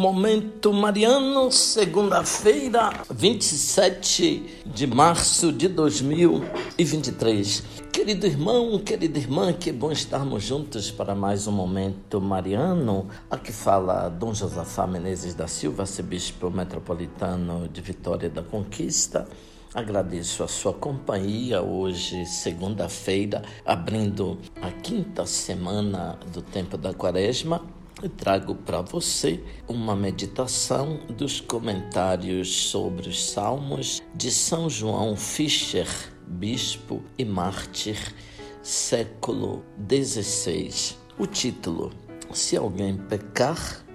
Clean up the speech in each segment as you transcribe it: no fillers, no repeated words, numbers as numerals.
Momento Mariano, segunda-feira, 27 de março de 2023. Querido irmão, querida irmã, que bom estarmos juntos para mais um Momento Mariano. Aqui fala Dom Josafá Menezes da Silva, arcebispo metropolitano de Vitória da Conquista. Agradeço a sua companhia hoje, segunda-feira, abrindo a quinta semana do tempo da Quaresma. E trago para você uma meditação dos comentários sobre os Salmos de São João Fischer, bispo e mártir, século XVI. O título: Se alguém pecar,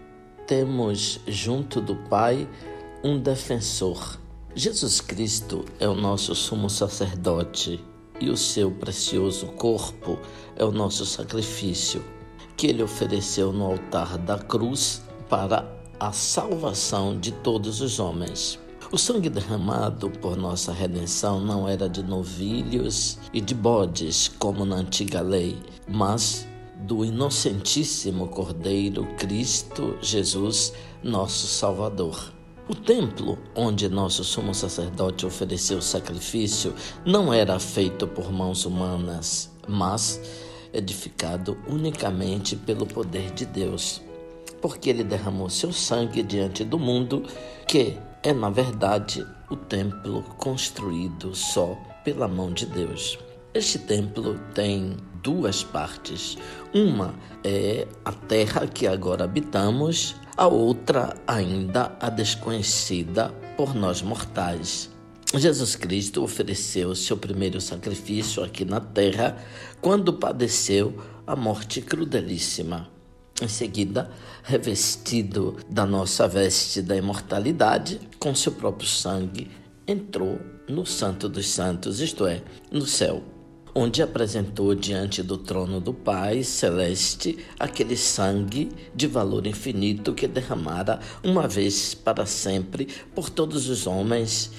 temos junto do Pai um defensor. Jesus Cristo é o nosso sumo sacerdote e o seu precioso corpo é o nosso sacrifício, que ele ofereceu no altar da cruz para a salvação de todos os homens. O sangue derramado por nossa redenção não era de novilhos e de bodes, como na antiga lei, mas do inocentíssimo Cordeiro Cristo Jesus, nosso Salvador. O templo onde nosso sumo sacerdote ofereceu o sacrifício não era feito por mãos humanas, mas edificado unicamente pelo poder de Deus, porque ele derramou seu sangue diante do mundo, que é, na verdade, o templo construído só pela mão de Deus. Este templo tem duas partes. Uma é a terra que agora habitamos, a outra ainda a desconhecida por nós mortais. Jesus Cristo ofereceu seu primeiro sacrifício aqui na terra quando padeceu a morte crudelíssima. Em seguida, revestido da nossa veste da imortalidade, com seu próprio sangue, entrou no Santo dos Santos, isto é, no céu, onde apresentou diante do trono do Pai Celeste aquele sangue de valor infinito que derramara uma vez para sempre por todos os homens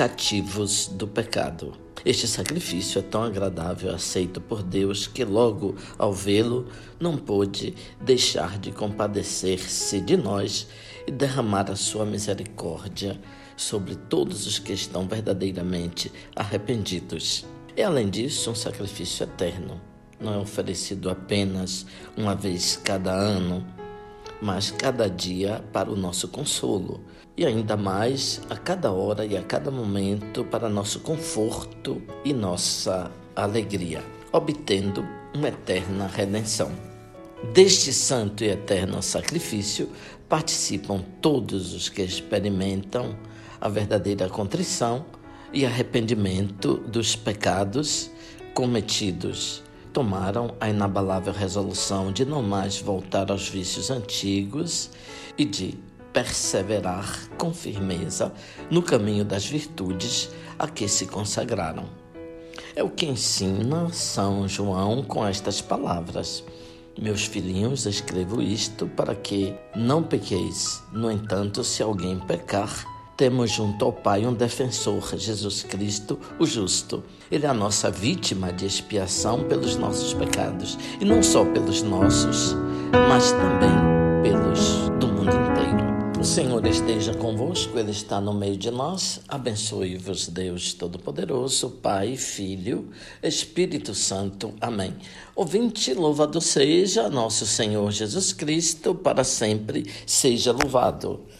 cativos do pecado. Este sacrifício é tão agradável e aceito por Deus que logo ao vê-lo não pôde deixar de compadecer-se de nós e derramar a sua misericórdia sobre todos os que estão verdadeiramente arrependidos. É, além disso, um sacrifício eterno. Não é oferecido apenas uma vez cada ano, mas cada dia para o nosso consolo, e ainda mais a cada hora e a cada momento para nosso conforto e nossa alegria, obtendo uma eterna redenção. Deste santo e eterno sacrifício participam todos os que experimentam a verdadeira contrição e arrependimento dos pecados cometidos. Tomaram a inabalável resolução de não mais voltar aos vícios antigos e de perseverar com firmeza no caminho das virtudes a que se consagraram. É o que ensina São João com estas palavras: Meus filhinhos, escrevo isto para que não pequeis. No entanto, se alguém pecar, temos junto ao Pai um defensor, Jesus Cristo, o justo. Ele é a nossa vítima de expiação pelos nossos pecados. E não só pelos nossos, mas também pelos do mundo inteiro. O Senhor esteja convosco, Ele está no meio de nós. Abençoe-vos, Deus Todo-Poderoso, Pai, Filho, Espírito Santo. Amém. Ouvinte, louvado seja nosso Senhor Jesus Cristo, para sempre seja louvado.